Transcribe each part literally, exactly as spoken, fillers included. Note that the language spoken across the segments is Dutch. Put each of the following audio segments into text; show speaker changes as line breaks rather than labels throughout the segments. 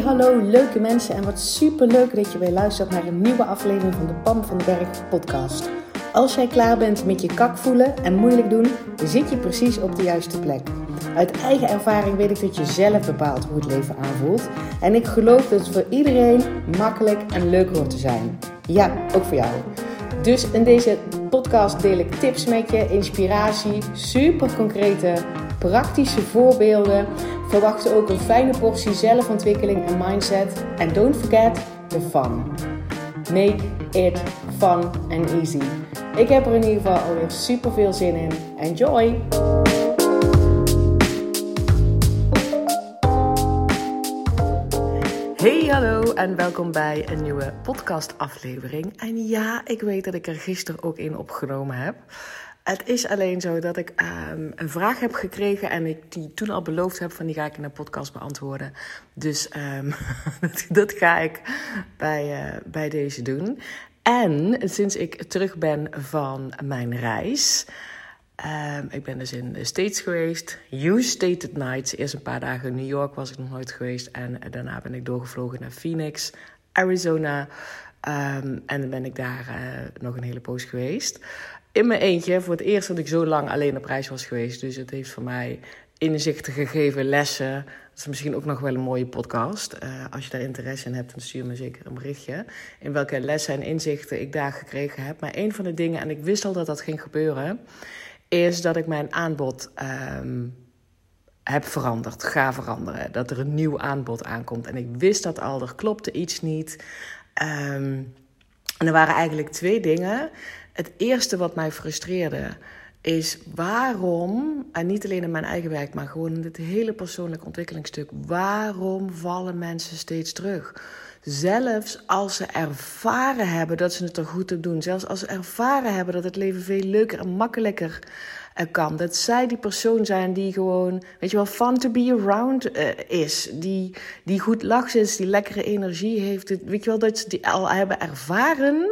hallo leuke mensen en wat super leuk dat je weer luistert naar een nieuwe aflevering van de Pam van den Berg podcast. Als jij klaar bent met je kak voelen en moeilijk doen, dan zit je precies op de juiste plek. Uit eigen ervaring weet ik dat je zelf bepaalt hoe het leven aanvoelt. En ik geloof dat het voor iedereen makkelijk en leuk hoort te zijn. Ja, ook voor jou. Dus in deze podcast deel ik tips met je, inspiratie, super concrete, praktische voorbeelden. Verwacht ook een fijne portie zelfontwikkeling en mindset. En don't forget the fun. Make it fun and easy. Ik heb er in ieder geval alweer super veel zin in. Enjoy! Hey, hallo en welkom bij een nieuwe podcastaflevering. En ja, ik weet dat ik er gisteren ook in opgenomen heb. Het is alleen zo dat ik um, een vraag heb gekregen en ik die toen al beloofd heb van die ga ik in een podcast beantwoorden. Dus um, dat, dat ga ik bij, uh, bij deze doen. En sinds ik terug ben van mijn reis, um, ik ben dus in de States geweest, U-Stated Nights. Eerst een paar dagen in New York was ik nog nooit geweest en daarna ben ik doorgevlogen naar Phoenix, Arizona. Um, en dan ben ik daar uh, nog een hele poos geweest. In mijn eentje, voor het eerst dat ik zo lang alleen op reis was geweest. Dus het heeft voor mij inzichten gegeven, lessen. Dat is misschien ook nog wel een mooie podcast. Uh, als je daar interesse in hebt, dan stuur me zeker een berichtje. In welke lessen en inzichten ik daar gekregen heb. Maar een van de dingen, en ik wist al dat dat ging gebeuren, is dat ik mijn aanbod um, heb veranderd, ga veranderen. Dat er een nieuw aanbod aankomt. En ik wist dat al, er klopte iets niet. Um, en er waren eigenlijk twee dingen. Het eerste wat mij frustreerde is waarom, en niet alleen in mijn eigen werk, maar gewoon in dit hele persoonlijke ontwikkelingsstuk, waarom vallen mensen steeds terug? Zelfs als ze ervaren hebben dat ze het er goed op doen, zelfs als ze ervaren hebben dat het leven veel leuker en makkelijker kan. Dat zij die persoon zijn die gewoon, weet je wel, fun to be around uh, is. Die, die goed lacht is, die lekkere energie heeft. Weet je wel, dat ze die al hebben ervaren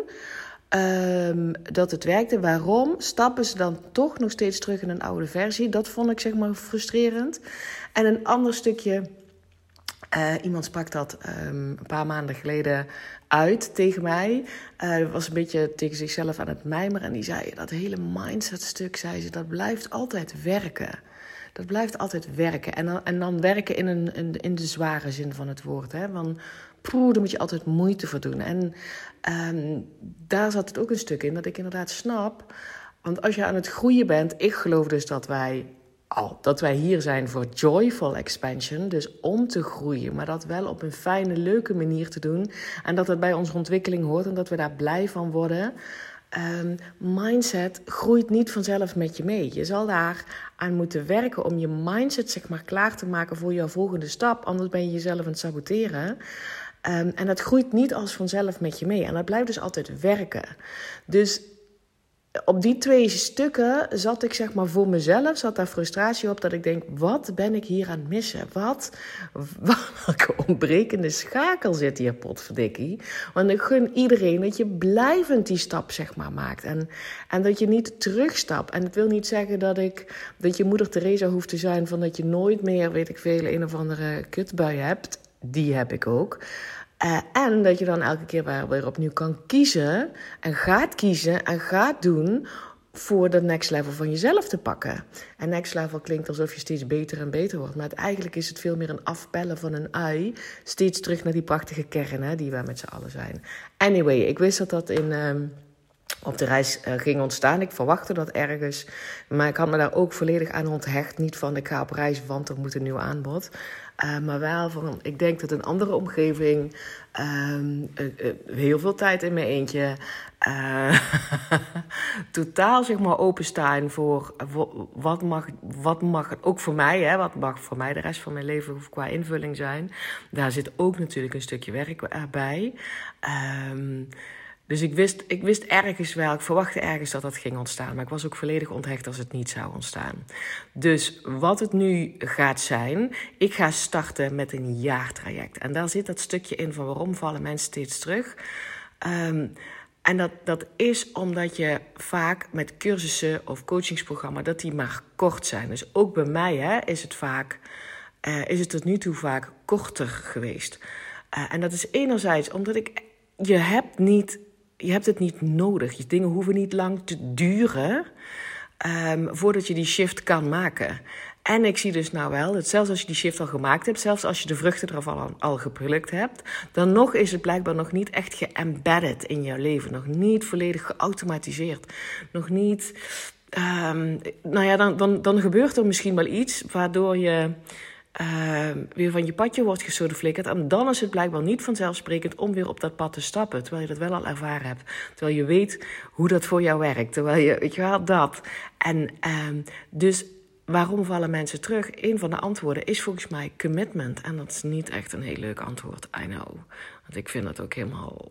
Um, dat het werkte. Waarom stappen ze dan toch nog steeds terug in een oude versie? Dat vond ik zeg maar frustrerend. En een ander stukje, uh, iemand sprak dat um, een paar maanden geleden uit tegen mij. Uh, was een beetje tegen zichzelf aan het mijmeren. En die zei, dat hele mindset stuk, zei ze, dat blijft altijd werken. Dat blijft altijd werken. En dan, en dan werken in, een, in, in de zware zin van het woord. Hè? Van, poeh, daar moet je altijd moeite voor doen. En um, daar zat het ook een stuk in dat ik inderdaad snap. Want als je aan het groeien bent, ik geloof dus dat wij, oh, dat wij hier zijn voor joyful expansion. Dus om te groeien, maar dat wel op een fijne, leuke manier te doen. En dat het bij onze ontwikkeling hoort en dat we daar blij van worden. Um, mindset groeit niet vanzelf met je mee. Je zal daar aan moeten werken om je mindset zeg maar klaar te maken voor jouw volgende stap. Anders ben je jezelf aan het saboteren. Um, en dat groeit niet als vanzelf met je mee. En dat blijft dus altijd werken. Dus op die twee stukken zat ik zeg maar voor mezelf, zat daar frustratie op dat ik denk, wat ben ik hier aan het missen? Wat, welke ontbrekende schakel zit hier, potverdikkie? Want ik gun iedereen dat je blijvend die stap zeg maar maakt. En, en dat je niet terugstapt. En het wil niet zeggen dat ik, dat je moeder Teresa hoeft te zijn van dat je nooit meer, weet ik veel, een of andere kutbui hebt. Die heb ik ook. Uh, en dat je dan elke keer weer, weer opnieuw kan kiezen en gaat kiezen en gaat doen voor dat next level van jezelf te pakken. En next level klinkt alsof je steeds beter en beter wordt. Maar eigenlijk is het veel meer een afpellen van een ui. Steeds terug naar die prachtige kern hè, die wij met z'n allen zijn. Anyway, ik wist dat dat in, um, op de reis uh, ging ontstaan. Ik verwachtte dat ergens. Maar ik had me daar ook volledig aan onthecht. Niet van ik ga op reis, want er moet een nieuw aanbod. Uh, maar wel van, ik denk dat een andere omgeving, um, uh, uh, heel veel tijd in mijn eentje, uh, totaal zeg maar openstaan voor, voor wat mag, wat mag ook voor mij, hè, wat mag voor mij de rest van mijn leven qua invulling zijn. Daar zit ook natuurlijk een stukje werk bij. Um, Dus ik wist, ik wist ergens wel, ik verwachtte ergens dat dat ging ontstaan. Maar ik was ook volledig onthecht als het niet zou ontstaan. Dus wat het nu gaat zijn, ik ga starten met een jaartraject. En daar zit dat stukje in van waarom vallen mensen steeds terug. Um, en dat, dat is omdat je vaak met cursussen of coachingsprogramma's, dat die maar kort zijn. Dus ook bij mij hè, is het vaak uh, is het tot nu toe vaak korter geweest. Uh, en dat is enerzijds omdat ik... Je hebt, niet, je hebt het niet nodig. Je dingen hoeven niet lang te duren... Um, voordat je die shift kan maken. En ik zie dus nou wel dat zelfs als je die shift al gemaakt hebt... zelfs als je de vruchten ervan al, al geplukt hebt... dan nog is het blijkbaar nog niet echt geëmbedded in jouw leven. Nog niet volledig geautomatiseerd. Nog niet... Um, nou ja, dan, dan, dan gebeurt er misschien wel iets... waardoor je uh, weer van je padje wordt gesodeflikkerd... en dan is het blijkbaar niet vanzelfsprekend... om weer op dat pad te stappen... terwijl je dat wel al ervaren hebt. Terwijl je weet hoe dat voor jou werkt. Terwijl je, weet je wel, dat. En um, dus... Waarom vallen mensen terug? Een van de antwoorden is volgens mij commitment. En dat is niet echt een heel leuk antwoord, I know. Want ik vind dat ook helemaal...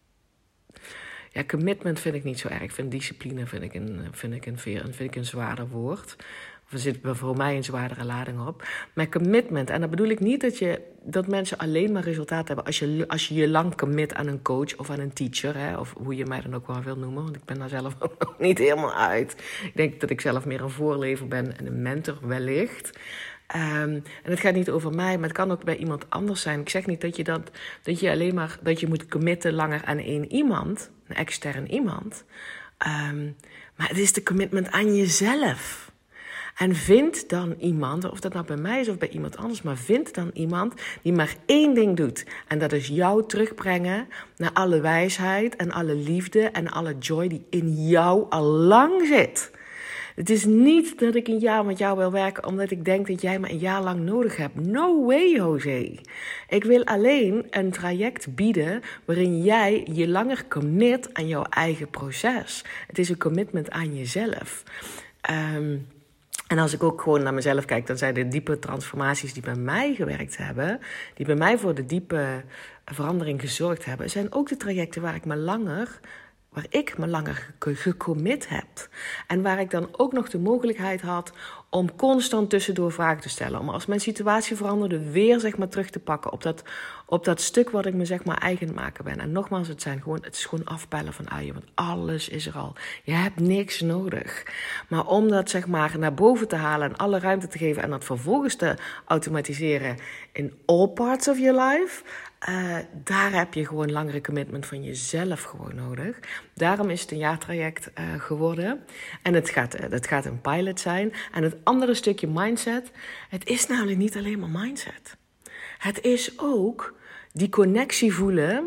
Ja, commitment vind ik niet zo erg. Ik vind discipline vind ik een, vind ik een, vind ik een zwaarder woord. Of er zit voor mij een zwaardere lading op. Maar commitment, en dat bedoel ik niet dat, je, dat mensen alleen maar resultaat hebben... als je, als je je lang commit aan een coach of aan een teacher... Hè, of hoe je mij dan ook wel wil noemen... want ik ben daar zelf ook nog niet helemaal uit. Ik denk dat ik zelf meer een voorlever ben en een mentor wellicht... Um, en het gaat niet over mij, maar het kan ook bij iemand anders zijn. Ik zeg niet dat je, dat, dat je alleen maar dat je moet committen langer aan één iemand, een extern iemand. Um, maar het is de commitment aan jezelf. En vind dan iemand, of dat nou bij mij is of bij iemand anders... maar vind dan iemand die maar één ding doet. En dat is jou terugbrengen naar alle wijsheid en alle liefde... en alle joy die in jou al lang zit. Het is niet dat ik een jaar met jou wil werken... omdat ik denk dat jij me een jaar lang nodig hebt. No way, José. Ik wil alleen een traject bieden... waarin jij je langer commit aan jouw eigen proces. Het is een commitment aan jezelf. Um, en als ik ook gewoon naar mezelf kijk... dan zijn de diepe transformaties die bij mij gewerkt hebben... die bij mij voor de diepe verandering gezorgd hebben... zijn ook de trajecten waar ik me langer... waar ik me langer gecommit heb. En waar ik dan ook nog de mogelijkheid had... om constant tussendoor vragen te stellen. Om als mijn situatie veranderde weer zeg maar terug te pakken... op dat, op dat stuk wat ik me zeg maar eigen maken ben. En nogmaals, het, zijn gewoon, het is gewoon afpellen van uien. Want alles is er al. Je hebt niks nodig. Maar om dat zeg maar naar boven te halen... en alle ruimte te geven... en dat vervolgens te automatiseren... in all parts of your life... Uh, daar heb je gewoon langere commitment van jezelf gewoon nodig. Daarom is het een jaartraject uh, geworden. En het gaat, uh, het gaat een pilot zijn. En het andere stukje mindset... het is namelijk niet alleen maar mindset. Het is ook die connectie voelen...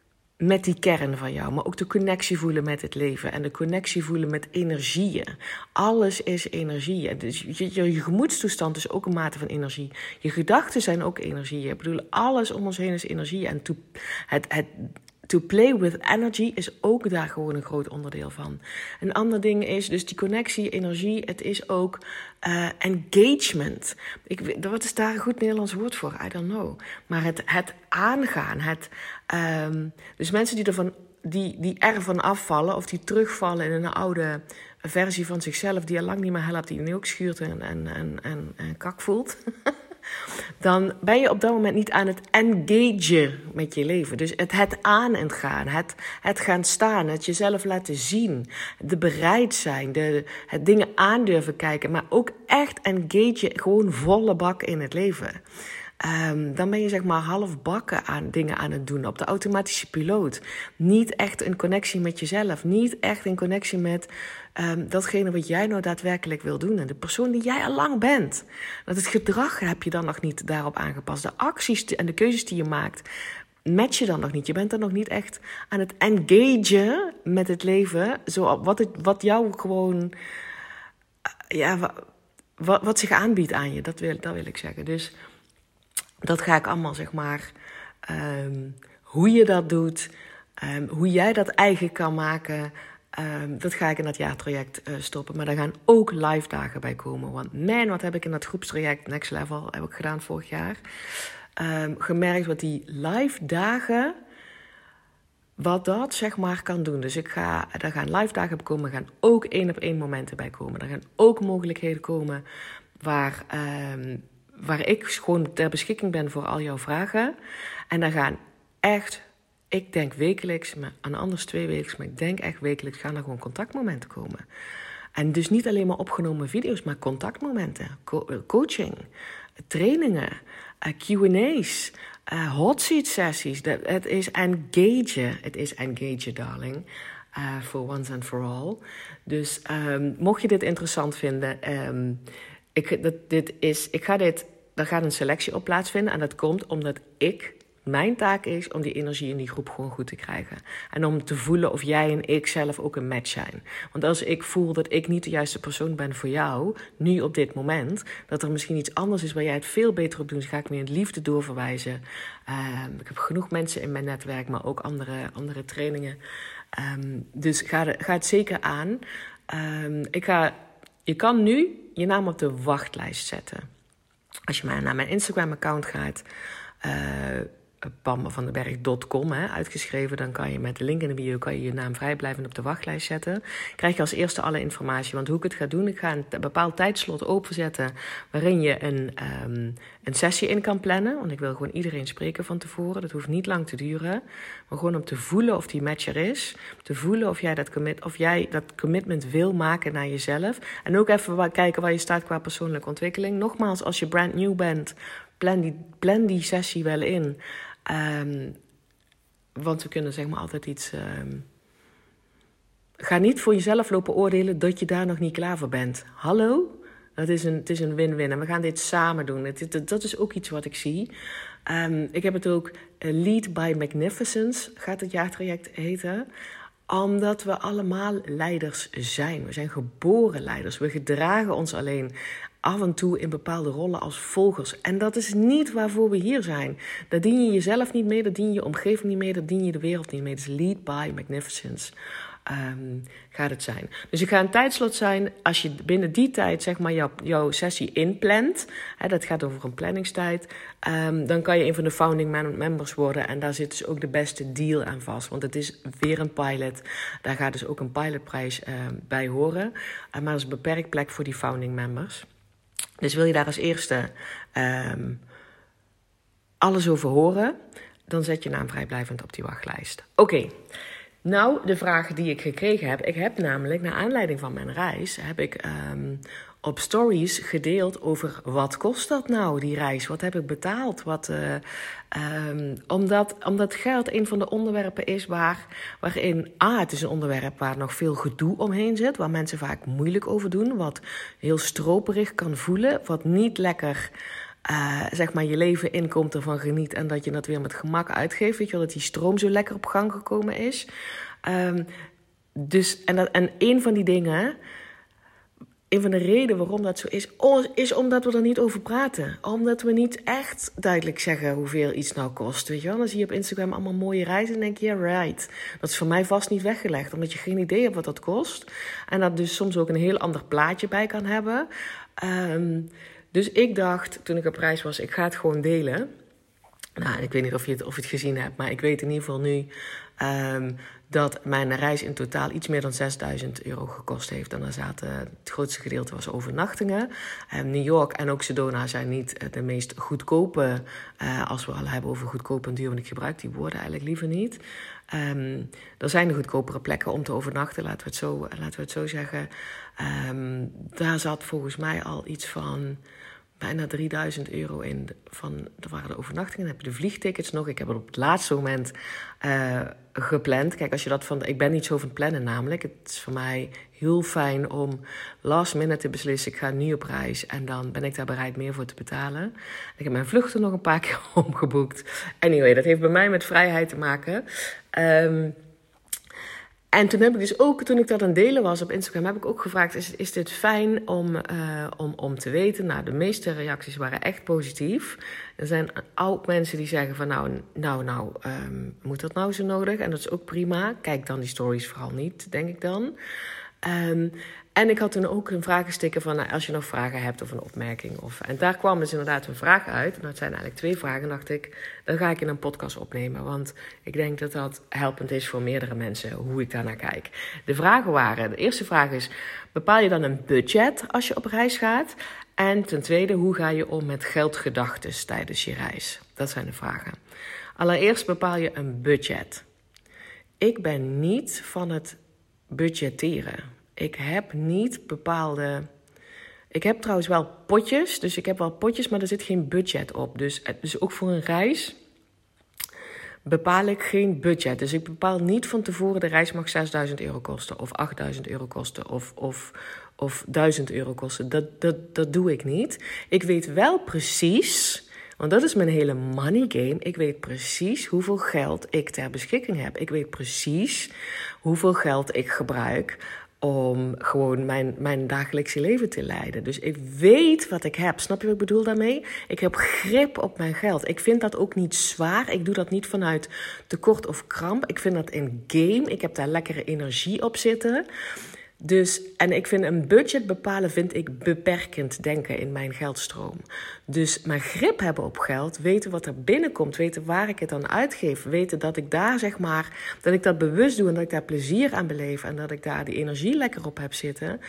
met die kern van jou, maar ook de connectie voelen met het leven... en de connectie voelen met energieën. Alles is energie. Dus je, je, je gemoedstoestand is ook een mate van energie. Je gedachten zijn ook energie. Ik bedoel, alles om ons heen is energie. En to, het, het, to play with energy is ook daar gewoon een groot onderdeel van. Een ander ding is dus die connectie, energie. Het is ook uh, engagement. Ik, wat is daar een goed Nederlands woord voor? I don't know. Maar het, het aangaan, het... Um, dus mensen die, ervan, die, die ervan afvallen of die terugvallen in een oude versie van zichzelf... die al lang niet meer helpt, die nu ook schuurt en, en, en, en, en kak voelt... dan ben je op dat moment niet aan het engagen met je leven. Dus het, het aan en gaan, het, het gaan staan, het jezelf laten zien... de bereid zijn, de, het dingen aandurven kijken... maar ook echt engagen, gewoon volle bak in het leven... Um, dan ben je zeg maar half bakken aan dingen aan het doen op de automatische piloot. Niet echt een connectie met jezelf. Niet echt een connectie met um, datgene wat jij nou daadwerkelijk wil doen. En de persoon die jij al lang bent. Dat het gedrag heb je dan nog niet daarop aangepast. De acties en de keuzes die je maakt, match je dan nog niet. Je bent dan nog niet echt aan het engagen met het leven. Zo, wat, het, wat jou gewoon... Ja, wat, wat zich aanbiedt aan je. Dat wil, dat wil ik zeggen. Dus... dat ga ik allemaal, zeg maar, um, hoe je dat doet, um, hoe jij dat eigen kan maken, um, dat ga ik in dat jaartraject uh, stoppen. Maar daar gaan ook live dagen bij komen. Want man, wat heb ik in dat groepstraject Next Level, heb ik gedaan vorig jaar, um, gemerkt wat die live dagen, wat dat, zeg maar, kan doen. Dus ik ga, daar gaan live dagen bij komen, er gaan ook één op één momenten bij komen. Er gaan ook mogelijkheden komen waar... Um, waar ik gewoon ter beschikking ben voor al jouw vragen. En daar gaan echt, ik denk wekelijks, maar aan anders twee wekelijks, maar ik denk echt wekelijks, gaan er gewoon contactmomenten komen. En dus niet alleen maar opgenomen video's, maar contactmomenten, co- coaching, trainingen, uh, Q en A's, uh, hot seat sessies. Het is engagen. Het is engagen, darling. Uh, for once and for all. Dus um, mocht je dit interessant vinden, um, ik, dat, dit is, ik ga dit, er gaat een selectie op plaatsvinden. En dat komt omdat ik, mijn taak is om die energie in die groep gewoon goed te krijgen. En om te voelen of jij en ik zelf ook een match zijn. Want als ik voel dat ik niet de juiste persoon ben voor jou, nu op dit moment, dat er misschien iets anders is waar jij het veel beter op doet, ga ik me in liefde doorverwijzen. Uh, ik heb genoeg mensen in mijn netwerk, maar ook andere, andere trainingen. Um, dus ga, de, ga het zeker aan. Um, ik ga, je kan nu je naam op de wachtlijst zetten. Als je maar naar mijn Instagram-account gaat, uh, pamvandenberg punt com, hè, uitgeschreven, dan kan je met de link in de bio kan je, je naam vrijblijvend op de wachtlijst zetten. Krijg je als eerste alle informatie. Want hoe ik het ga doen, ik ga een bepaald tijdslot openzetten waarin je een, um, een sessie in kan plannen. Want ik wil gewoon iedereen spreken van tevoren. Dat hoeft niet lang te duren. Maar gewoon om te voelen of die match er is. Te voelen of jij dat, commit, of jij dat commitment wil maken naar jezelf. En ook even kijken waar je staat qua persoonlijke ontwikkeling. Nogmaals, als je brand new bent, plan die, plan die sessie wel in. Um, want we kunnen zeg maar altijd iets... Um, ga niet voor jezelf lopen oordelen dat je daar nog niet klaar voor bent. Hallo? Dat is een, het is een win-win en we gaan dit samen doen. Het, het, dat is ook iets wat ik zie. Um, ik heb het ook uh, Lead by Magnificence, gaat het jaartraject heten. Omdat we allemaal leiders zijn. We zijn geboren leiders. We gedragen ons alleen af en toe in bepaalde rollen als volgers. En dat is niet waarvoor we hier zijn. Daar dien je jezelf niet mee, daar dien je je omgeving niet mee, daar dien je de wereld niet mee. Dus Lead by Magnificence um, gaat het zijn. Dus ik ga een tijdslot zijn. Als je binnen die tijd zeg maar jou, jouw sessie inplant, hè, dat gaat over een planningstijd, um, dan kan je een van de founding members worden. En daar zit dus ook de beste deal aan vast. Want het is weer een pilot. Daar gaat dus ook een pilotprijs uh, bij horen. Uh, maar er is een beperkt plek voor die founding members. Dus wil je daar als eerste um, alles over horen, dan zet je naam vrijblijvend op die wachtlijst. Oké, okay. Nou de vragen die ik gekregen heb. Ik heb namelijk, naar aanleiding van mijn reis, heb ik um, op stories gedeeld over wat kost dat nou, die reis? Wat heb ik betaald? Wat, uh, um, omdat, omdat geld een van de onderwerpen is waar, waarin, ah, het is een onderwerp waar nog veel gedoe omheen zit, waar mensen vaak moeilijk over doen, wat heel stroperig kan voelen, wat niet lekker, uh, zeg maar, je leven inkomt, ervan geniet en dat je dat weer met gemak uitgeeft. Weet je wel, dat die stroom zo lekker op gang gekomen is. Um, dus, en, dat, en een van die dingen, een van de redenen waarom dat zo is, is omdat we er niet over praten. Omdat we niet echt duidelijk zeggen hoeveel iets nou kost. Weet je wel? Dan zie je op Instagram allemaal mooie reizen en denk je, yeah, right. Dat is voor mij vast niet weggelegd, omdat je geen idee hebt wat dat kost. En dat dus soms ook een heel ander plaatje bij kan hebben. Um, dus ik dacht, toen ik op reis was, ik ga het gewoon delen. Nou, ik weet niet of je het, of je het gezien hebt, maar ik weet in ieder geval nu um, dat mijn reis in totaal iets meer dan zesduizend euro gekost heeft. En daar zaten, het grootste gedeelte was overnachtingen. Um, New York en ook Sedona zijn niet de meest goedkope, uh, als we al hebben over goedkoop en duur, want ik gebruik die woorden eigenlijk liever niet. Um, er zijn de goedkopere plekken om te overnachten, laten we het zo, laten we het zo zeggen. Um, daar zat volgens mij al iets van bijna drieduizend euro in. Van, dat waren de overnachtingen. Dan heb je de vliegtickets nog. Ik heb het op het laatste moment uh, gepland. Kijk, als je dat van, ik ben niet zo van het plannen namelijk. Het is voor mij heel fijn om last minute te beslissen. Ik ga nu op reis en dan ben ik daar bereid meer voor te betalen. Ik heb mijn vluchten nog een paar keer omgeboekt. Anyway, dat heeft bij mij met vrijheid te maken. Um, En toen heb ik dus ook, toen ik dat aan het delen was op Instagram, heb ik ook gevraagd, is, is dit fijn om, uh, om, om te weten? Nou, de meeste reacties waren echt positief. Er zijn ook mensen die zeggen van, nou, nou, nou, um, moet dat nou zo nodig? En dat is ook prima. Kijk dan die stories vooral niet, denk ik dan. Um, en ik had toen ook een vragensticker van, nou, als je nog vragen hebt of een opmerking. Of, en daar kwam dus inderdaad een vraag uit. Nou, het zijn eigenlijk twee vragen, dacht ik. Dan ga ik in een podcast opnemen. Want ik denk dat dat helpend is voor meerdere mensen, hoe ik daarnaar kijk. De vragen waren, de eerste vraag is, bepaal je dan een budget als je op reis gaat? En ten tweede, hoe ga je om met geldgedachten tijdens je reis? Dat zijn de vragen. Allereerst bepaal je een budget. Ik ben niet van het budgetteren. Ik heb niet bepaalde... Ik heb trouwens wel potjes, dus ik heb wel potjes, maar er zit geen budget op. Dus, dus ook voor een reis bepaal ik geen budget. Dus ik bepaal niet van tevoren, de reis mag zesduizend euro kosten of achtduizend euro kosten of, of, of duizend euro kosten. Dat, dat, dat doe ik niet. Ik weet wel precies, want dat is mijn hele money game. Ik weet precies hoeveel geld ik ter beschikking heb. Ik weet precies hoeveel geld ik gebruik om gewoon mijn, mijn dagelijkse leven te leiden. Dus ik weet wat ik heb. Snap je wat ik bedoel daarmee? Ik heb grip op mijn geld. Ik vind dat ook niet zwaar. Ik doe dat niet vanuit tekort of kramp. Ik vind dat een game. Ik heb daar lekkere energie op zitten. Dus, en ik vind een budget bepalen, vind ik beperkend denken in mijn geldstroom. Dus mijn grip hebben op geld, weten wat er binnenkomt, weten waar ik het aan uitgeef, weten dat ik daar zeg maar, dat ik dat bewust doe en dat ik daar plezier aan beleef en dat ik daar die energie lekker op heb zitten.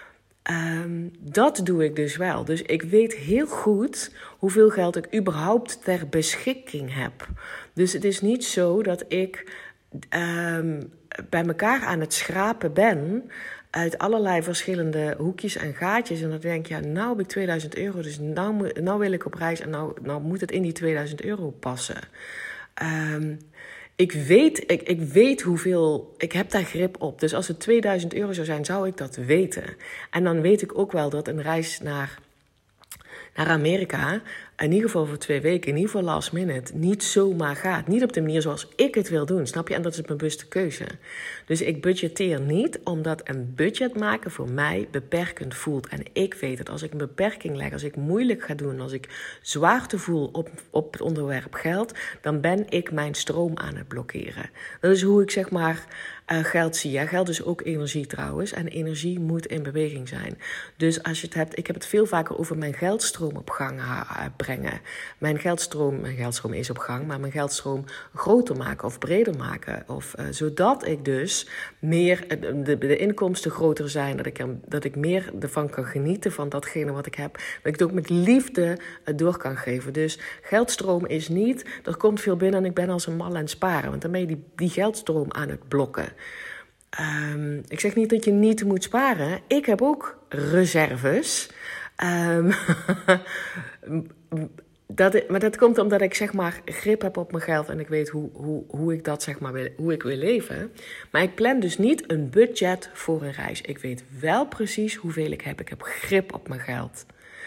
Um, dat doe ik dus wel. Dus ik weet heel goed hoeveel geld ik überhaupt ter beschikking heb. Dus het is niet zo dat ik um, bij elkaar aan het schrapen ben uit allerlei verschillende hoekjes en gaatjes. En dan denk je, ja, nou heb ik tweeduizend euro, dus nou, nou wil ik op reis en nou, nou moet het in die tweeduizend euro passen. Um, ik, weet, ik, ik weet hoeveel, ik heb daar grip op. Dus als het tweeduizend euro zou zijn, zou ik dat weten. En dan weet ik ook wel dat een reis naar, naar Amerika, in ieder geval voor twee weken, in ieder geval last minute, niet zomaar gaat. Niet op de manier zoals ik het wil doen, snap je? En dat is mijn bewuste keuze. Dus ik budgetteer niet, omdat een budget maken voor mij beperkend voelt. En ik weet het, als ik een beperking leg, als ik moeilijk ga doen, als ik zwaarte voel op, op het onderwerp geld, dan ben ik mijn stroom aan het blokkeren. Dat is hoe ik zeg maar uh, geld zie. Ja, geld is ook energie trouwens. En energie moet in beweging zijn. Dus als je het hebt, ik heb het veel vaker over mijn geldstroom op gang uh, brengen. Mijn geldstroom, mijn geldstroom is op gang, maar mijn geldstroom groter maken of breder maken. Of, uh, zodat ik dus meer, de, de inkomsten groter zijn, dat ik, er, dat ik meer ervan kan genieten van datgene wat ik heb. Dat ik het ook met liefde uh, door kan geven. Dus geldstroom is niet, er komt veel binnen en ik ben als een mal aan het sparen. Want dan ben je die, die geldstroom aan het blokken. Um, ik zeg niet dat je niet moet sparen. Ik heb ook reserves. Um, dat, maar dat komt omdat ik zeg maar grip heb op mijn geld en ik weet hoe, hoe, hoe ik dat zeg maar wil, hoe ik wil leven. Maar ik plan dus niet een budget voor een reis. Ik weet wel precies hoeveel ik heb. Ik heb grip op mijn geld.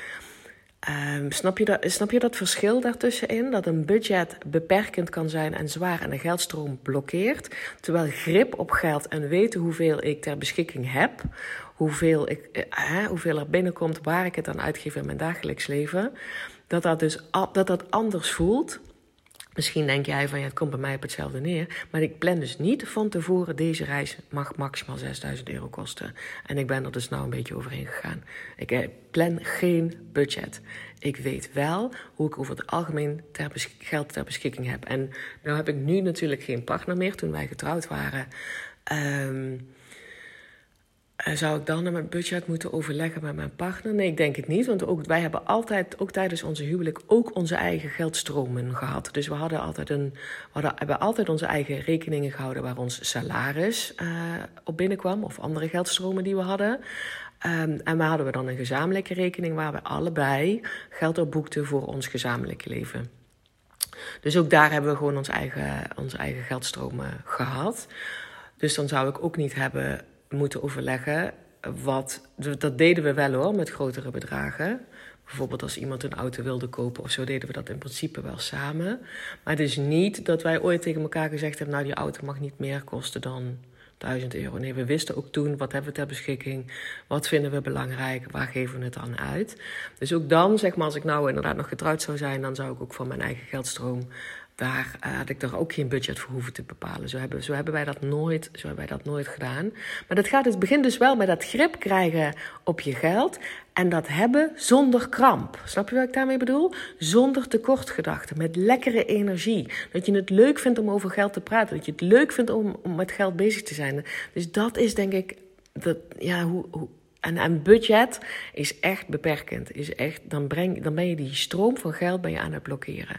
Um, snap je dat, snap je dat verschil daartussenin? Dat een budget beperkend kan zijn en zwaar en de geldstroom blokkeert. Terwijl grip op geld en weten hoeveel ik ter beschikking heb, hoeveel, ik, eh, hoeveel er binnenkomt, waar ik het aan uitgeef in mijn dagelijks leven, dat dat dus dat dat anders voelt. Misschien denk jij van, ja, het komt bij mij op hetzelfde neer. Maar ik plan dus niet van tevoren, deze reis mag maximaal zesduizend euro kosten. En ik ben er dus nou een beetje overheen gegaan. Ik plan geen budget. Ik weet wel hoe ik over het algemeen ter besch- geld ter beschikking heb. En nou heb ik nu natuurlijk geen partner meer. Toen wij getrouwd waren, Um, zou ik dan mijn budget moeten overleggen met mijn partner? Nee, ik denk het niet. Want ook wij hebben altijd, ook tijdens onze huwelijk, ook onze eigen geldstromen gehad. Dus we hadden altijd een, we hadden, hebben altijd onze eigen rekeningen gehouden waar ons salaris uh, op binnenkwam. Of andere geldstromen die we hadden. Um, en we hadden we dan een gezamenlijke rekening waar we allebei geld op boekten voor ons gezamenlijke leven. Dus ook daar hebben we gewoon onze eigen, onze eigen geldstromen gehad. Dus dan zou ik ook niet hebben moeten overleggen wat, dat deden we wel hoor, met grotere bedragen. Bijvoorbeeld als iemand een auto wilde kopen of zo, deden we dat in principe wel samen. Maar het is niet dat wij ooit tegen elkaar gezegd hebben, nou die auto mag niet meer kosten dan duizend euro. Nee, we wisten ook toen, wat hebben we ter beschikking, wat vinden we belangrijk, waar geven we het dan uit. Dus ook dan, zeg maar, als ik nou inderdaad nog getrouwd zou zijn, dan zou ik ook van mijn eigen geldstroom, daar uh, had ik er ook geen budget voor hoeven te bepalen. Zo hebben, zo hebben wij dat nooit, zo hebben wij dat nooit gedaan. Maar dat gaat, het begint dus wel met dat grip krijgen op je geld en dat hebben zonder kramp. Snap je wat ik daarmee bedoel? Zonder tekortgedachten, met lekkere energie. Dat je het leuk vindt om over geld te praten, dat je het leuk vindt om, om met geld bezig te zijn. Dus dat is denk ik, dat, ja, hoe, hoe En een budget is echt beperkend. Is echt, dan, breng, dan ben je die stroom van geld ben je aan het blokkeren.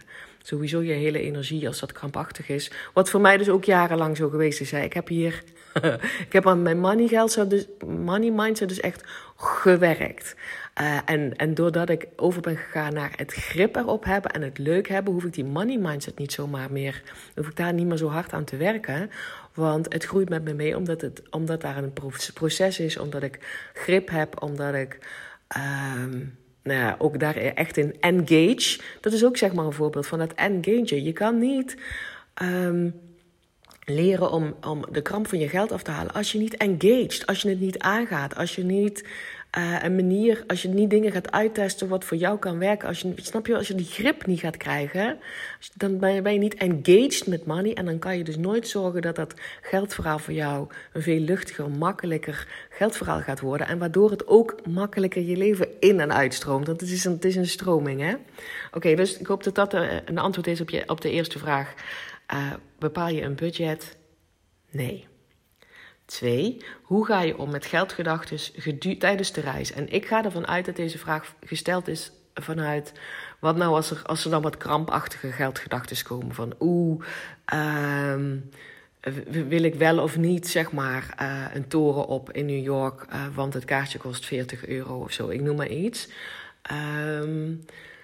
sowieso je hele energie als dat krampachtig is. Wat voor mij dus ook jarenlang zo geweest is. Hè. Ik heb hier, ik heb aan mijn money geld, dus, money mindset dus echt gewerkt. Uh, en, en doordat ik over ben gegaan naar het grip erop hebben en het leuk hebben, hoef ik die money mindset niet zomaar meer, hoef ik daar niet meer zo hard aan te werken. Want het groeit met me mee, omdat, het, omdat daar een proces is, omdat ik grip heb, omdat ik um, nou ja, ook daar echt in engage. Dat is ook zeg maar een voorbeeld van dat engage. Je kan niet um, leren om, om de kramp van je geld af te halen als je niet engaged, als je het niet aangaat, als je niet uh, een manier, als je niet dingen gaat uittesten wat voor jou kan werken. Als je, snap je, als je die grip niet gaat krijgen, dan ben je, ben je niet engaged met money en dan kan je dus nooit zorgen dat dat geldverhaal voor jou een veel luchtiger, makkelijker geldverhaal gaat worden en waardoor het ook makkelijker je leven in en uitstroomt. Want het is een, het is een stroming, hè? Oké, okay, dus ik hoop dat dat een antwoord is op, je, op de eerste vraag. Uh, bepaal je een budget? Nee. Twee, hoe ga je om met geldgedachten gedu- tijdens de reis? En ik ga ervan uit dat deze vraag gesteld is vanuit, wat nou als er, als er dan wat krampachtige geldgedachten komen? Van oeh, um, wil ik wel of niet, zeg maar, uh, een toren op in New York, uh, want het kaartje kost veertig euro of zo. Ik noem maar iets. Um,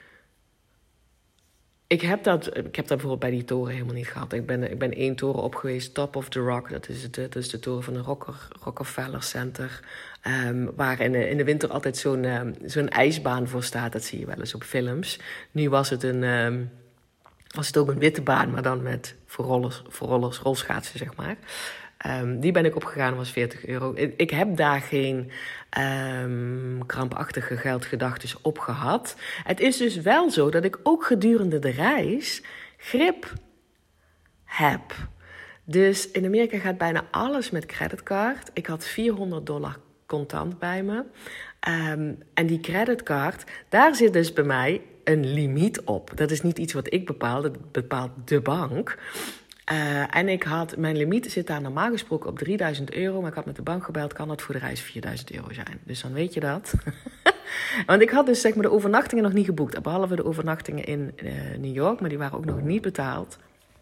Ik heb, dat, ik heb dat bijvoorbeeld bij die toren helemaal niet gehad. Ik ben, ik ben één toren op geweest, Top of the Rock. Dat is de, dat is de toren van de Rocker, Rockefeller Center. Um, waar in de, in de winter altijd zo'n, um, zo'n ijsbaan voor staat. Dat zie je wel eens op films. Nu was het, een, um, was het ook een witte baan, maar dan met voor rollers, voor rollers, rolschaatsen, zeg maar. Um, die ben ik opgegaan, was veertig euro. Ik, ik heb daar geen um, krampachtige geldgedachten op gehad. Het is dus wel zo dat ik ook gedurende de reis grip heb. Dus in Amerika gaat bijna alles met creditcard. Ik had vierhonderd dollar contant bij me. Um, en die creditcard, daar zit dus bij mij een limiet op. Dat is niet iets wat ik bepaal, dat bepaalt de bank. Uh, en ik had, mijn limiet zit daar normaal gesproken op drieduizend euro. Maar ik had met de bank gebeld, kan dat voor de reis vierduizend euro zijn. Dus dan weet je dat. Want ik had dus zeg maar de overnachtingen nog niet geboekt. Behalve de overnachtingen in uh, New York. Maar die waren ook nog niet betaald.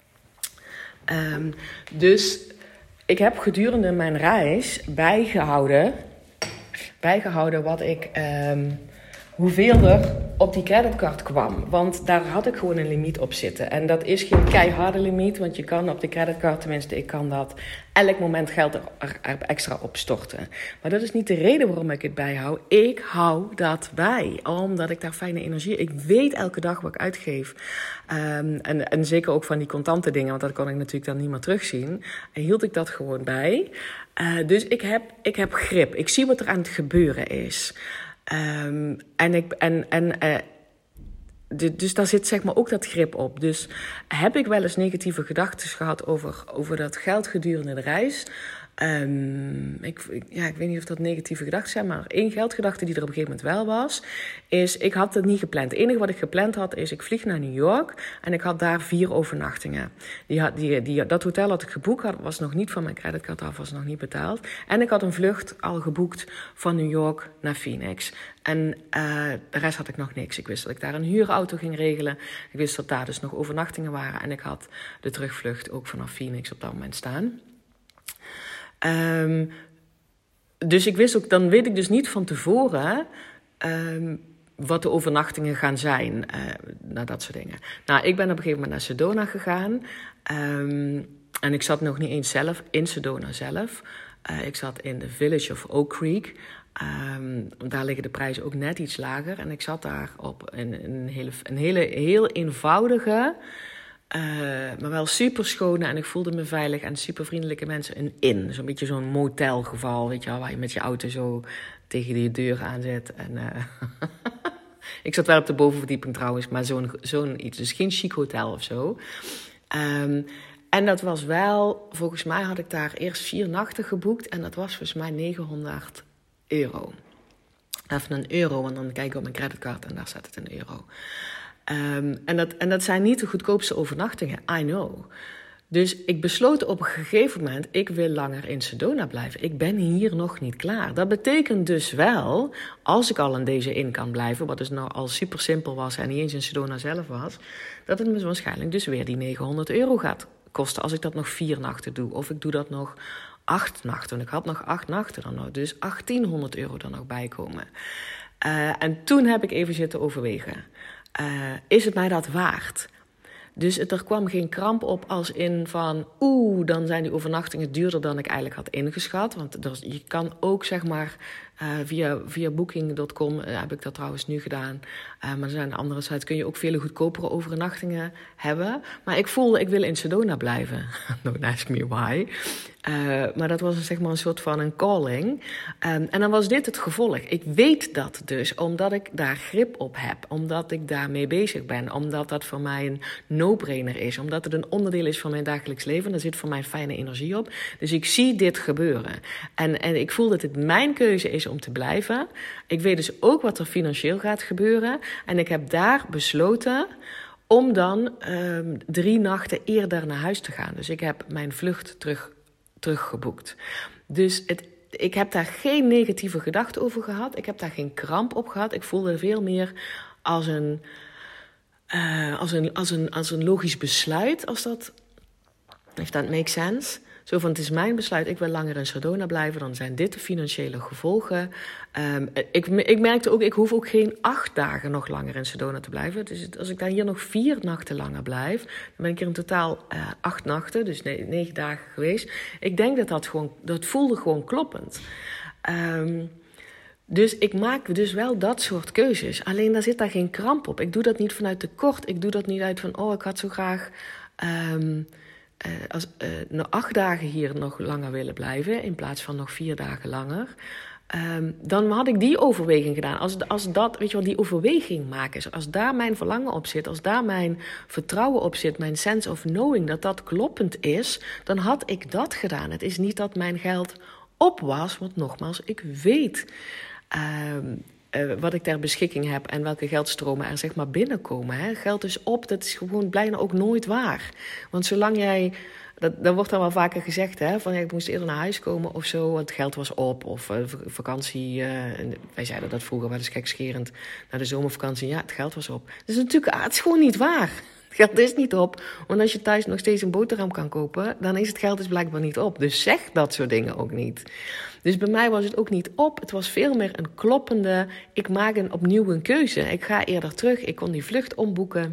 Um, dus ik heb gedurende mijn reis bijgehouden. Bijgehouden wat ik... Um, hoeveel er op die creditcard kwam. Want daar had ik gewoon een limiet op zitten. En dat is geen keiharde limiet, want je kan op de creditcard, tenminste ik kan dat, elk moment geld er, er, er extra op storten. Maar dat is niet de reden waarom ik het bijhoud. Ik hou dat bij, omdat ik daar fijne energie... Ik weet elke dag wat ik uitgeef. Um, en, en zeker ook van die contante dingen, want dat kon ik natuurlijk dan niet meer terugzien. En hield ik dat gewoon bij. Uh, dus ik heb, ik heb grip. Ik zie wat er aan het gebeuren is. Um, en ik, en, en, uh, de, dus daar zit zeg maar ook dat grip op. Dus heb ik wel eens negatieve gedachten gehad over, over dat geld gedurende de reis. Um, ik, ik, ja, ik weet niet of dat negatieve gedachten zijn, maar één geldgedachte die er op een gegeven moment wel was, is ik had het niet gepland. Het enige wat ik gepland had is ik vlieg naar New York en ik had daar vier overnachtingen. Die had, die, die, dat hotel had ik geboekt, had, was nog niet van mijn creditcard af, was nog niet betaald. En ik had een vlucht al geboekt van New York naar Phoenix. En uh, de rest had ik nog niks. Ik wist dat ik daar een huurauto ging regelen. Ik wist dat daar dus nog overnachtingen waren en ik had de terugvlucht ook vanaf Phoenix op dat moment staan. Um, dus ik wist ook, dan weet ik dus niet van tevoren um, wat de overnachtingen gaan zijn. Uh, nou, dat soort dingen. Nou, ik ben op een gegeven moment naar Sedona gegaan. Um, en ik zat nog niet eens zelf in Sedona zelf. Uh, ik zat in de Village of Oak Creek. Um, daar liggen de prijzen ook net iets lager. En ik zat daar op een, een, hele, een hele heel eenvoudige... Uh, maar wel super schone en ik voelde me veilig en super vriendelijke mensen. Een inn, zo'n beetje zo'n motelgeval, weet je wel, waar je met je auto zo tegen die deur aan zit. En, uh, ik zat wel op de bovenverdieping trouwens, maar zo'n, zo'n iets, dus geen chic hotel of zo. Um, en dat was wel, volgens mij had ik daar eerst vier nachten geboekt en dat was volgens mij negenhonderd euro. Even een euro, want dan kijk ik op mijn creditcard en daar staat het een euro. Um, en, dat, en dat zijn niet de goedkoopste overnachtingen, I know. Dus ik besloot op een gegeven moment, ik wil langer in Sedona blijven. Ik ben hier nog niet klaar. Dat betekent dus wel, als ik al in deze in kan blijven, wat dus nou al super simpel was en niet eens in Sedona zelf was, dat het me waarschijnlijk dus weer die negenhonderd euro gaat kosten als ik dat nog vier nachten doe. Of ik doe dat nog acht nachten. Want ik had nog acht nachten dan nog. Dus achttienhonderd euro er nog bij komen. Uh, en toen heb ik even zitten overwegen. Uh, is het mij dat waard? Dus het, er kwam geen kramp op als in van... oeh, dan zijn die overnachtingen duurder dan ik eigenlijk had ingeschat. Want er, je kan ook, zeg maar, uh, via, via booking punt com... Uh, heb ik dat trouwens nu gedaan. Uh, maar er zijn andere sites, kun je ook veel goedkopere overnachtingen hebben. Maar ik voelde, ik wil in Sedona blijven. Don't ask me why. Uh, maar dat was zeg maar een soort van een calling. Um, en dan was dit het gevolg. Ik weet dat dus, omdat ik daar grip op heb. Omdat ik daarmee bezig ben. Omdat dat voor mij een no-brainer is. Omdat het een onderdeel is van mijn dagelijks leven. Daar zit voor mij fijne energie op. Dus ik zie dit gebeuren. En, en ik voel dat het mijn keuze is om te blijven. Ik weet dus ook wat er financieel gaat gebeuren. En ik heb daar besloten om dan um, drie nachten eerder naar huis te gaan. Dus ik heb mijn vlucht terug teruggeboekt. Dus het, ik heb daar geen negatieve gedachten over gehad. Ik heb daar geen kramp op gehad. Ik voelde veel meer als een, uh, als een, als een, als een logisch besluit. Als dat, if that makes sense. Zo van, het is mijn besluit, ik wil langer in Sedona blijven. Dan zijn dit de financiële gevolgen. Um, ik, ik merkte ook, ik hoef ook geen acht dagen nog langer in Sedona te blijven. Dus als ik daar hier nog vier nachten langer blijf, dan ben ik hier in totaal uh, acht nachten, dus ne- negen dagen geweest. Ik denk dat dat gewoon, dat voelde gewoon kloppend. Um, Dus ik maak dus wel dat soort keuzes. Alleen daar zit daar geen kramp op. Ik doe dat niet vanuit tekort. Ik doe dat niet uit van, oh, ik had zo graag... Um, Uh, als, uh, nog acht dagen hier nog langer willen blijven, in plaats van nog vier dagen langer, um, dan had ik die overweging gedaan. Als, als dat, weet je wel, die overweging maken, als daar mijn verlangen op zit, als daar mijn vertrouwen op zit, mijn sense of knowing, dat dat kloppend is, dan had ik dat gedaan. Het is niet dat mijn geld op was, want nogmaals, ik weet... Um, Uh, wat ik ter beschikking heb en welke geldstromen er zeg maar binnenkomen. Hè. Geld is op, dat is gewoon bijna ook nooit waar. Want zolang jij, dat, dat wordt dan wel vaker gezegd, hè, van ja, ik moest eerder naar huis komen of zo, want het geld was op. Of uh, vakantie, uh, wij zeiden dat vroeger wel eens gekscherend, naar de zomervakantie, ja, het geld was op. Dus natuurlijk, ah, het is gewoon niet waar. Het geld is niet op, want als je thuis nog steeds een boterham kan kopen, dan is het geld dus blijkbaar niet op. Dus zeg dat soort dingen ook niet. Dus bij mij was het ook niet op. Het was veel meer een kloppende, ik maak een opnieuw een keuze. Ik ga eerder terug, ik kon die vlucht omboeken.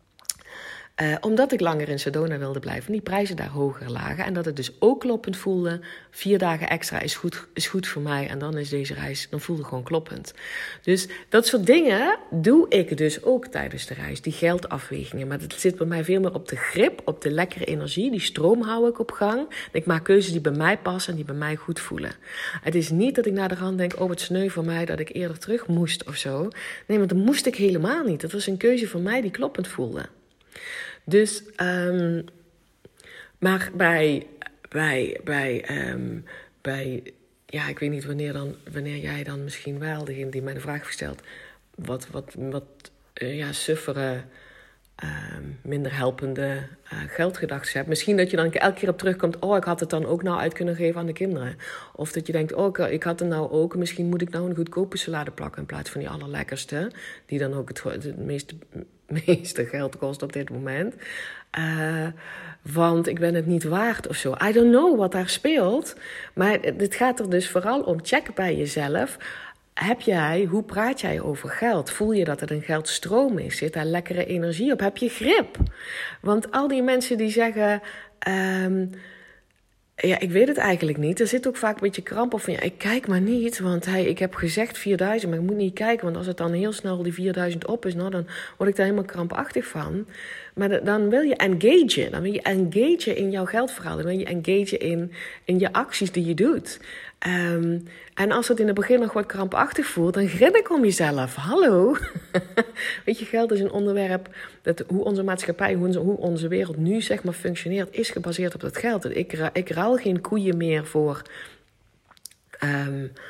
Uh, omdat ik langer in Sedona wilde blijven, die prijzen daar hoger lagen. En dat het dus ook kloppend voelde. Vier dagen extra is goed, is goed voor mij. En dan is deze reis, dan voelde het gewoon kloppend. Dus dat soort dingen doe ik dus ook tijdens de reis. Die geldafwegingen. Maar het zit bij mij veel meer op de grip, op de lekkere energie. Die stroom hou ik op gang. Ik maak keuzes die bij mij passen en die bij mij goed voelen. Het is niet dat ik naar de rand denk, oh, het sneu voor mij dat ik eerder terug moest of zo. Nee, want dat moest ik helemaal niet. Dat was een keuze van mij die kloppend voelde. Dus, um, maar bij, bij, bij, um, bij, ja, ik weet niet wanneer dan, wanneer jij dan misschien wel, degene die mij de vraag stelt, wat, wat, wat, uh, ja, suffere, um, minder helpende uh, geldgedachten hebt. Misschien dat je dan elke keer op terugkomt, oh, ik had het dan ook nou uit kunnen geven aan de kinderen. Of dat je denkt, oh, ik, ik had het nou ook, misschien moet ik nou een goedkope salade plakken in plaats van die allerlekkerste, die dan ook het, het meeste... meeste geld kost op dit moment. Uh, want ik ben het niet waard of zo. I don't know wat daar speelt. Maar het gaat er dus vooral om, check bij jezelf. Heb jij, hoe praat jij over geld? Voel je dat het een geldstroom is? Zit daar lekkere energie op? Heb je grip? Want al die mensen die zeggen... Um, Ja, ik weet het eigenlijk niet. Er zit ook vaak een beetje kramp op van... ja, ik kijk maar niet, want hey, ik heb gezegd vierduizend... maar ik moet niet kijken, want als het dan heel snel die vierduizend op is... nou, dan word ik daar helemaal krampachtig van. Maar dan wil je engagen. Dan wil je engagen in jouw geldverhaal. Dan wil je engagen in, in je acties die je doet. Um, en als het in het begin nog wat krampachtig voelt... dan grin ik om jezelf. Hallo? Weet je, geld is een onderwerp... dat hoe onze maatschappij, hoe onze, hoe onze wereld nu zeg maar functioneert... is gebaseerd op dat geld. Ik, ik ruil geen koeien meer voor... Um,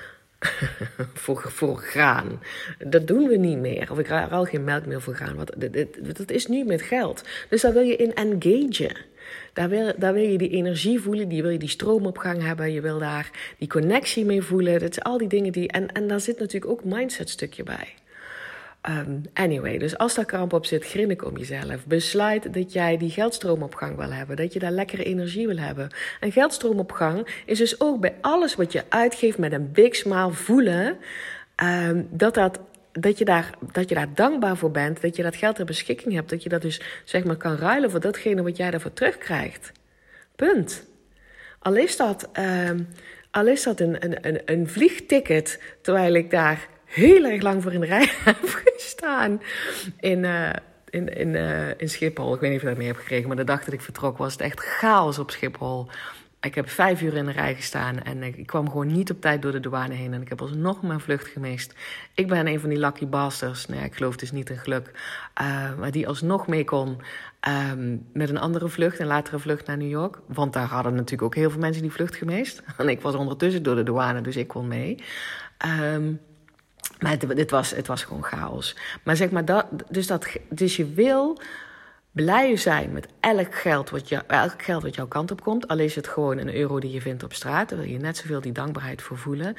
voor, voor graan. Dat doen we niet meer. Of ik ruil geen melk meer voor graan. Want dat is nu met geld. Dus daar wil je in engagen. Daar wil, daar wil je die energie voelen, die wil je die stroomopgang hebben, je wil daar die connectie mee voelen. Dat zijn al die dingen die. En, en daar zit natuurlijk ook een mindset stukje bij. Um, anyway, dus als daar kramp op zit, grinnik om jezelf. Besluit dat jij die geldstroomopgang wil hebben. Dat je daar lekkere energie wil hebben. En geldstroomopgang is dus ook bij alles wat je uitgeeft met een big smile voelen. Um, dat, dat, dat, je daar, dat je daar dankbaar voor bent. Dat je dat geld ter beschikking hebt. Dat je dat dus zeg maar kan ruilen voor datgene wat jij daarvoor terugkrijgt. Punt. Al is dat, um, al is dat een, een, een, een vliegticket terwijl ik daar heel erg lang voor in de rij heb gestaan in, uh, in, in, uh, in Schiphol. Ik weet niet of je dat mee hebt gekregen, maar de dag dat ik vertrok was het echt chaos op Schiphol. Ik heb vijf uur in de rij gestaan en ik kwam gewoon niet op tijd door de douane heen. En ik heb alsnog mijn vlucht gemist. Ik ben een van die lucky bastards. Nou ja, ik geloof dus niet in geluk. Uh, maar die alsnog mee kon um, met een andere vlucht, een latere vlucht naar New York. Want daar hadden natuurlijk ook heel veel mensen die vlucht gemist. En ik was ondertussen door de douane, dus ik kon mee. Um, Maar het, het, was, het was gewoon chaos. Maar zeg maar, dat, dus, dat, dus je wil blij zijn met elk geld, wat jou, elk geld wat jouw kant op komt. Al is het gewoon een euro die je vindt op straat. Daar wil je net zoveel die dankbaarheid voor voelen.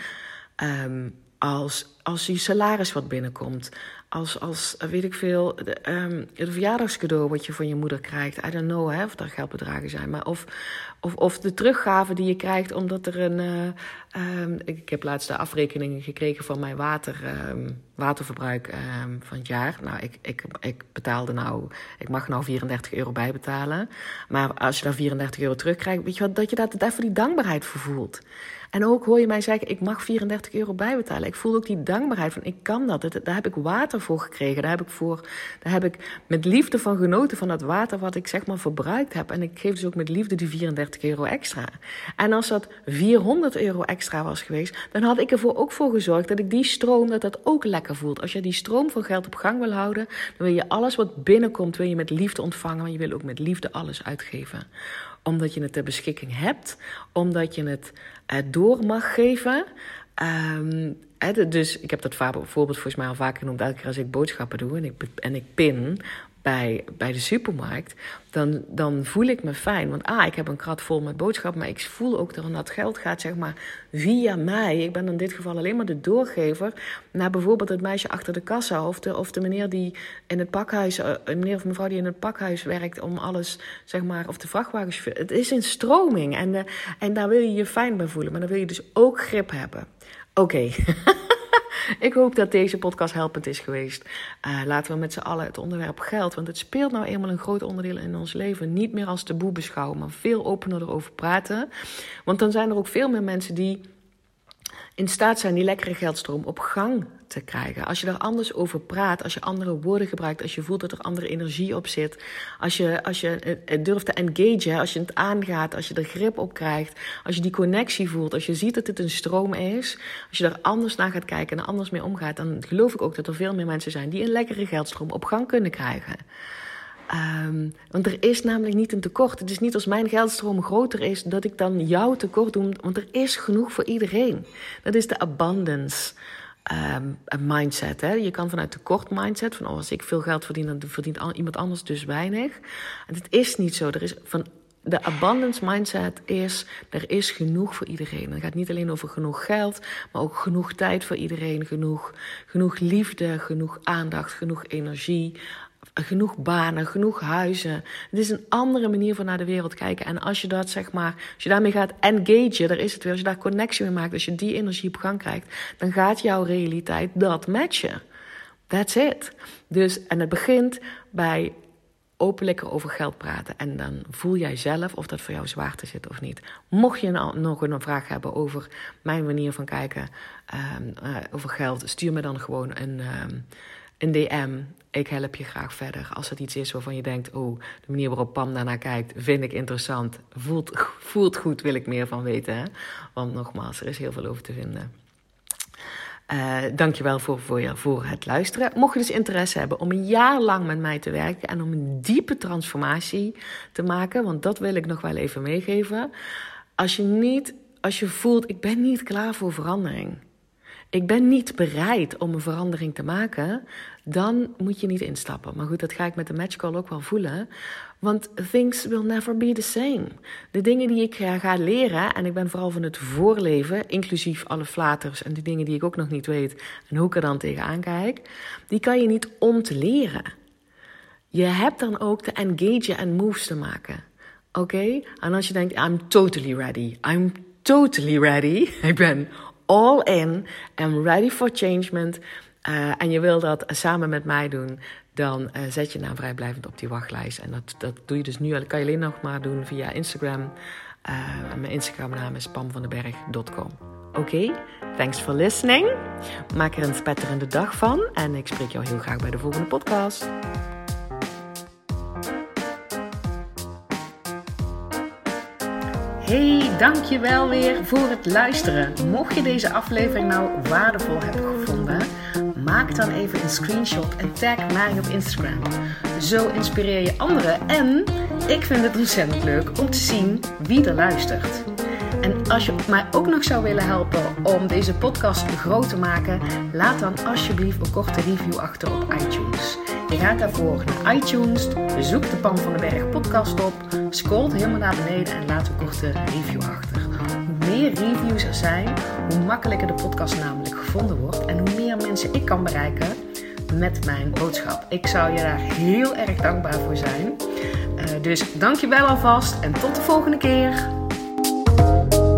Um, als, als je salaris wat binnenkomt. Als, als weet ik veel, de, um, het verjaardagscadeau wat je van je moeder krijgt. I don't know hè, of daar geldbedragen zijn. Maar of, of, of de teruggave die je krijgt omdat er een... Uh, um, ik, ik heb laatst de afrekeningen gekregen van mijn water, um, waterverbruik um, van het jaar. Nou, ik, ik, ik betaalde nou... Ik mag nou vierendertig euro bijbetalen. Maar als je daar vierendertig euro terugkrijgt, weet je wat, dat je daar even die dankbaarheid voor voelt. En ook hoor je mij zeggen, ik mag vierendertig euro bijbetalen. Ik voel ook die dankbaarheid van, ik kan dat. Daar heb ik water voor gekregen. Daar heb ik, voor, daar heb ik met liefde van genoten van dat water wat ik zeg maar verbruikt heb. En ik geef dus ook met liefde die vierendertig euro extra. En als dat vierhonderd euro extra was geweest, dan had ik ervoor ook voor gezorgd dat ik die stroom, dat dat ook lekker voelt. Als je die stroom van geld op gang wil houden, dan wil je alles wat binnenkomt, wil je met liefde ontvangen. Maar je wil ook met liefde alles uitgeven. Omdat je het ter beschikking hebt. Omdat je het uh, door mag geven. Um, hè, dus ik heb dat voorbeeld volgens mij al vaker genoemd. Elke keer als ik boodschappen doe en ik, en ik pin bij, bij de supermarkt. Dan, dan voel ik me fijn. Want ah, ik heb een krat vol met boodschappen. Maar ik voel ook dat dat geld gaat zeg maar via mij. Ik ben in dit geval alleen maar de doorgever. Naar bijvoorbeeld het meisje achter de kassa. Of de, of de meneer die in het pakhuis. Uh, meneer of mevrouw die in het pakhuis werkt. Om alles zeg maar. Of de vrachtwagens. Het is in stroming. En, uh, en daar wil je je fijn bij voelen. Maar dan wil je dus ook grip hebben. Oké. Okay. Ik hoop dat deze podcast helpend is geweest. Uh, laten we met z'n allen het onderwerp geld, want het speelt nou eenmaal een groot onderdeel in ons leven, niet meer als taboe beschouwen, maar veel opener erover praten. Want dan zijn er ook veel meer mensen die in staat zijn die lekkere geldstroom op gang te krijgen. Als je daar anders over praat, als je andere woorden gebruikt, als je voelt dat er andere energie op zit, als je, als je het durft te engagen, als je het aangaat, als je er grip op krijgt, als je die connectie voelt, als je ziet dat het een stroom is, als je daar anders naar gaat kijken en er anders mee omgaat, dan geloof ik ook dat er veel meer mensen zijn die een lekkere geldstroom op gang kunnen krijgen. Um, want er is namelijk niet een tekort. Het is niet als mijn geldstroom groter is dat ik dan jou tekort doe. Want er is genoeg voor iedereen. Dat is de abundance um, mindset. Hè? Je kan vanuit tekort mindset. Van oh, als ik veel geld verdien, dan verdient iemand anders dus weinig. En het is niet zo. Er is van de abundance mindset is, er is genoeg voor iedereen. Het gaat niet alleen over genoeg geld, maar ook genoeg tijd voor iedereen. Genoeg, genoeg liefde, genoeg aandacht, genoeg energie. Genoeg banen, genoeg huizen. Het is een andere manier van naar de wereld kijken. En als je dat zeg maar, als je daarmee gaat engagen, daar is het weer. Als je daar connectie mee maakt, als je die energie op gang krijgt, dan gaat jouw realiteit dat matchen. That's it. Dus, en het begint bij openlijker over geld praten. En dan voel jij zelf of dat voor jou zwaar te zit of niet. Mocht je nou nog een vraag hebben over mijn manier van kijken um, uh, over geld, stuur me dan gewoon een, um, een D M. Ik help je graag verder. Als het iets is waarvan je denkt, oh, de manier waarop Pam daarnaar kijkt, vind ik interessant. Voelt, voelt goed, wil ik meer van weten. Hè? Want nogmaals, er is heel veel over te vinden. Uh, dankjewel voor, voor, je, voor het luisteren. Mocht je dus interesse hebben om een jaar lang met mij te werken en om een diepe transformatie te maken, want dat wil ik nog wel even meegeven. Als je niet, als je voelt, ik ben niet klaar voor verandering. ik ben niet bereid om een verandering te maken, dan moet je niet instappen. Maar goed, dat ga ik met de matchcall ook wel voelen. Want things will never be the same. De dingen die ik ga leren, en ik ben vooral van het voorleven, inclusief alle flaters en die dingen die ik ook nog niet weet en hoe ik er dan tegenaan kijk, die kan je niet ontleren. Je hebt dan ook te engagen en moves te maken. Oké? Okay? En als je denkt, I'm totally ready. I'm totally ready. Ik ben all in. I'm ready for changement. Uh, en je wil dat samen met mij doen, dan uh, zet je naam vrijblijvend op die wachtlijst. En dat, dat doe je dus nu. Dat kan je alleen nog maar doen via Instagram. Uh, mijn Instagram naam is pam van den berg punt com. Oké, okay? Thanks for listening. Maak er een spetterende dag van. En ik spreek jou heel graag bij de volgende podcast. Hey, dankjewel weer voor het luisteren. Mocht je deze aflevering nou waardevol hebben gevonden, maak dan even een screenshot en tag mij op Instagram. Zo inspireer je anderen en ik vind het ontzettend leuk om te zien wie er luistert. En als je mij ook nog zou willen helpen om deze podcast groot te maken, laat dan alsjeblieft een korte review achter op iTunes. Je gaat daarvoor naar iTunes, zoek de Pam van den Berg podcast op, scrolt helemaal naar beneden en laat een korte review achter. Hoe meer reviews er zijn, hoe makkelijker de podcast namelijk gevonden wordt en hoe meer mensen ik kan bereiken met mijn boodschap. Ik zou je daar heel erg dankbaar voor zijn. Uh, dus dank je wel alvast en tot de volgende keer.